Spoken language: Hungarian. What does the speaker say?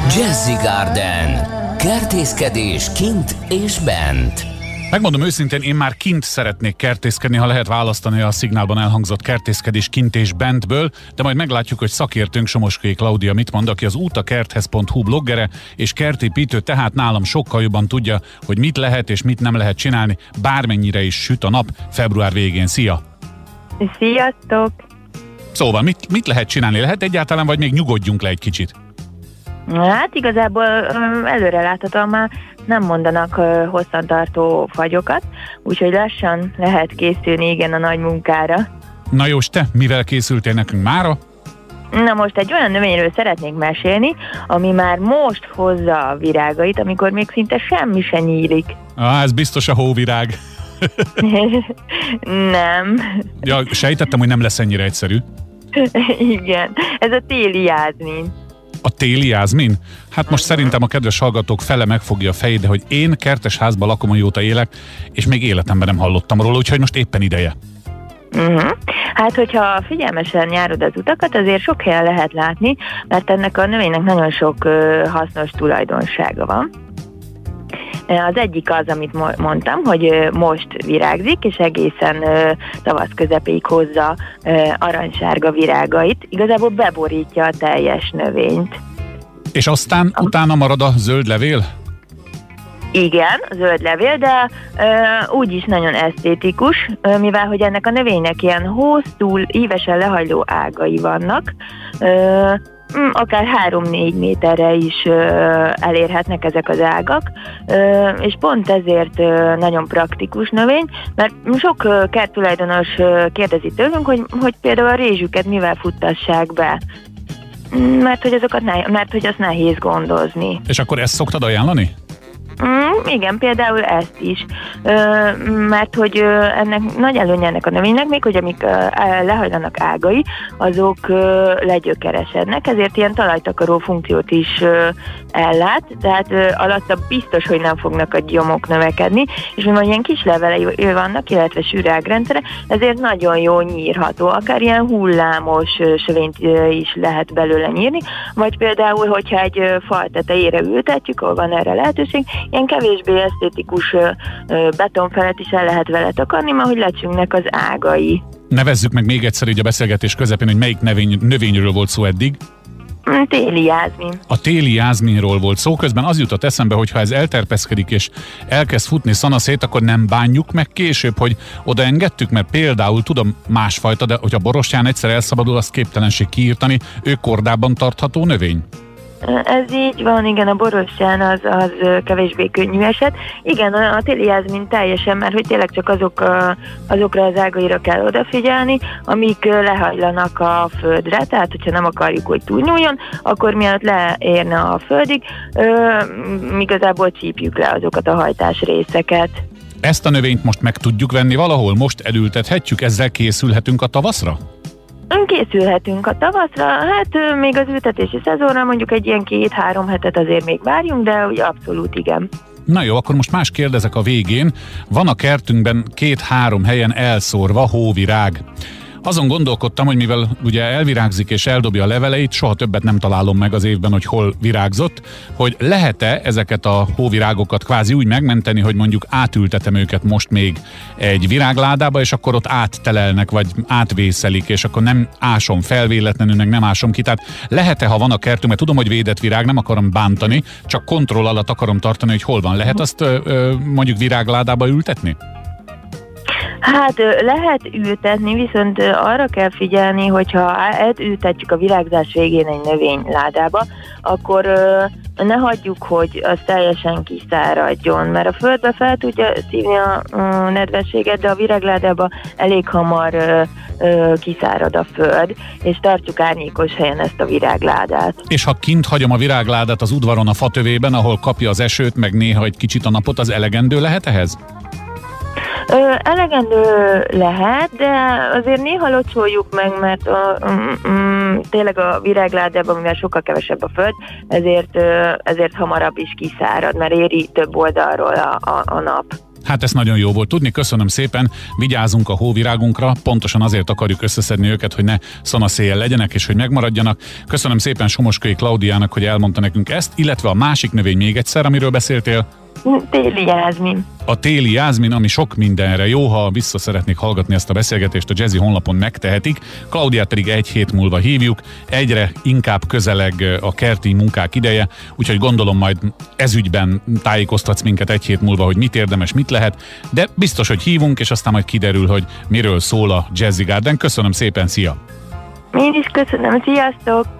Jazzy Garden. Kertészkedés kint és bent. Megmondom őszintén, én már kint szeretnék kertészkedni, ha lehet választani a Szignálban elhangzott kertészkedés kint és bentből, de majd meglátjuk, hogy szakértőnk Somoskai Klaudia mit mond, aki az útakerthez.hu bloggere és kertépítő, tehát nálam sokkal jobban tudja, hogy mit lehet és mit nem lehet csinálni, bármennyire is süt a nap február végén. Szia! Sziasztok! Szóval mit lehet csinálni? Lehet egyáltalán, vagy még nyugodjunk le egy kicsit? Hát igazából előreláthatóan már nem mondanak hosszantartó fagyokat, úgyhogy lassan lehet készülni igen a nagy munkára. Na jó, te mivel készültél nekünk mára? Na most egy olyan növényről szeretnék mesélni, ami már most hozza a virágait, amikor még szinte semmi se nyílik. Ez biztos a hóvirág. Nem. Ja, sejtettem, hogy nem lesz ennyire egyszerű. Igen, ez a téli jázmin. A téli jázmin? Hát most szerintem a kedves hallgatók fele megfogja a fejét, de hogy én kertesházban lakom, amióta élek, és még életemben nem hallottam róla, úgyhogy most éppen ideje. Hát, hogyha figyelmesen járod az utakat, azért sok helyen lehet látni, mert ennek a növénynek nagyon sok hasznos tulajdonsága van. Az egyik az, amit mondtam, hogy most virágzik, és egészen tavasz közepéig hozza aranysárga virágait. Igazából beborítja a teljes növényt. És aztán utána marad a zöld levél? Igen, zöld levél, de úgyis nagyon esztétikus, mivel hogy ennek a növénynek ilyen hosszú, ívesen lehajló ágai vannak, akár 3-4 méterre is elérhetnek ezek az ágak, és pont ezért nagyon praktikus növény, mert sok kerttulajdonos kérdezi tőlünk, hogy például a rézsüket mivel futtassák be, mert hogy azt nehéz gondozni. És akkor ezt szoktad ajánlani? Igen, például ezt is, mert hogy ennek nagy előnye ennek a növénynek még, hogy amik lehajlanak ágai, azok legyökeresednek, ezért ilyen talajtakaró funkciót is ellát, tehát alatta biztos, hogy nem fognak a gyomok növekedni, és mivel ilyen kis levelei vannak, illetve sűrágrendszere, ezért nagyon jó nyírható, akár ilyen hullámos sövényt is lehet belőle nyírni, vagy például, hogyha egy fal tetejére ültetjük, ahol van erre lehetőség, ilyen kevésbé esztétikus betonfelet is el lehet vele takarni, mert hogy lecsüngnek az ágai. Nevezzük meg még egyszer így a beszélgetés közepén, hogy melyik növényről volt szó eddig? Téli jázmin. A téli jázminról volt szó, közben az jutott eszembe, hogy ha ez elterpeszkedik és elkezd futni szanaszét, akkor nem bánjuk meg később, hogy oda engedtük, mert például tudom másfajta, de hogyha borostyán egyszer elszabadul, azt képtelenség kiírtani, ő kordában tartható növény? Ez így van, igen, a borostyán az kevésbé könnyű eset. Igen, a téli jázmin teljesen, mert hogy tényleg csak azokra az ágaira kell odafigyelni, amik lehajlanak a földre, tehát hogyha nem akarjuk, hogy túlnyúljon, akkor mielőtt leérne a földig, igazából csípjük le azokat a hajtás részeket. Ezt a növényt most meg tudjuk venni valahol? Most elültethetjük? Ezzel készülhetünk a tavaszra? Készülhetünk a tavaszra, hát még az ültetési szezonra mondjuk egy ilyen 2-3 hetet azért még várjunk, de úgy abszolút igen. Na jó, akkor most más kérdezek a végén. Van a kertünkben 2-3 helyen elszórva hóvirág. Azon gondolkodtam, hogy mivel ugye elvirágzik és eldobja a leveleit, soha többet nem találom meg az évben, hogy hol virágzott, hogy lehet-e ezeket a hóvirágokat kvázi úgy megmenteni, hogy mondjuk átültetem őket most még egy virágládába, és akkor ott áttelelnek, vagy átvészelik, és akkor nem ásom fel véletlenül, meg nem ásom ki. Tehát lehet-e, ha van a kertünkben, tudom, hogy védett virág, nem akarom bántani, csak kontroll alatt akarom tartani, hogy hol van. Lehet azt mondjuk virágládába ültetni? Hát lehet ültetni, viszont arra kell figyelni, hogyha ültetjük a virágzás végén egy növényládába, akkor ne hagyjuk, hogy az teljesen kiszáradjon, mert a földbe fel tudja szívni a nedvességet, de a virágládába elég hamar kiszárad a föld, és tartjuk árnyékos helyen ezt a virágládát. És ha kint hagyom a virágládát az udvaron a fatövében, ahol kapja az esőt, meg néha egy kicsit a napot, az elegendő lehet ehhez? Elegendő lehet, de azért néha locsoljuk meg, mert tényleg a virágládában, mivel sokkal kevesebb a föld, ezért hamarabb is kiszárad, mert éri több oldalról a nap. Hát ez nagyon jó volt tudni, köszönöm szépen, vigyázunk a hóvirágunkra, pontosan azért akarjuk összeszedni őket, hogy ne szanaszéjjel legyenek, és hogy megmaradjanak. Köszönöm szépen Somoskői Klaudiának, hogy elmondta nekünk ezt, illetve a másik növény még egyszer, amiről beszéltél. Téli jázmin. A téli jázmin, ami sok mindenre jó, ha vissza szeretnék hallgatni ezt a beszélgetést, a Jazzy honlapon megtehetik. Klaudiát pedig egy hét múlva hívjuk, egyre inkább közeleg a kerti munkák ideje, úgyhogy gondolom majd ezügyben tájékoztatsz minket egy hét múlva, hogy mit érdemes, mit lehet, de biztos, hogy hívunk, és aztán majd kiderül, hogy miről szól a Jazzy Garden. Köszönöm szépen, szia! Én is köszönöm, sziasztok!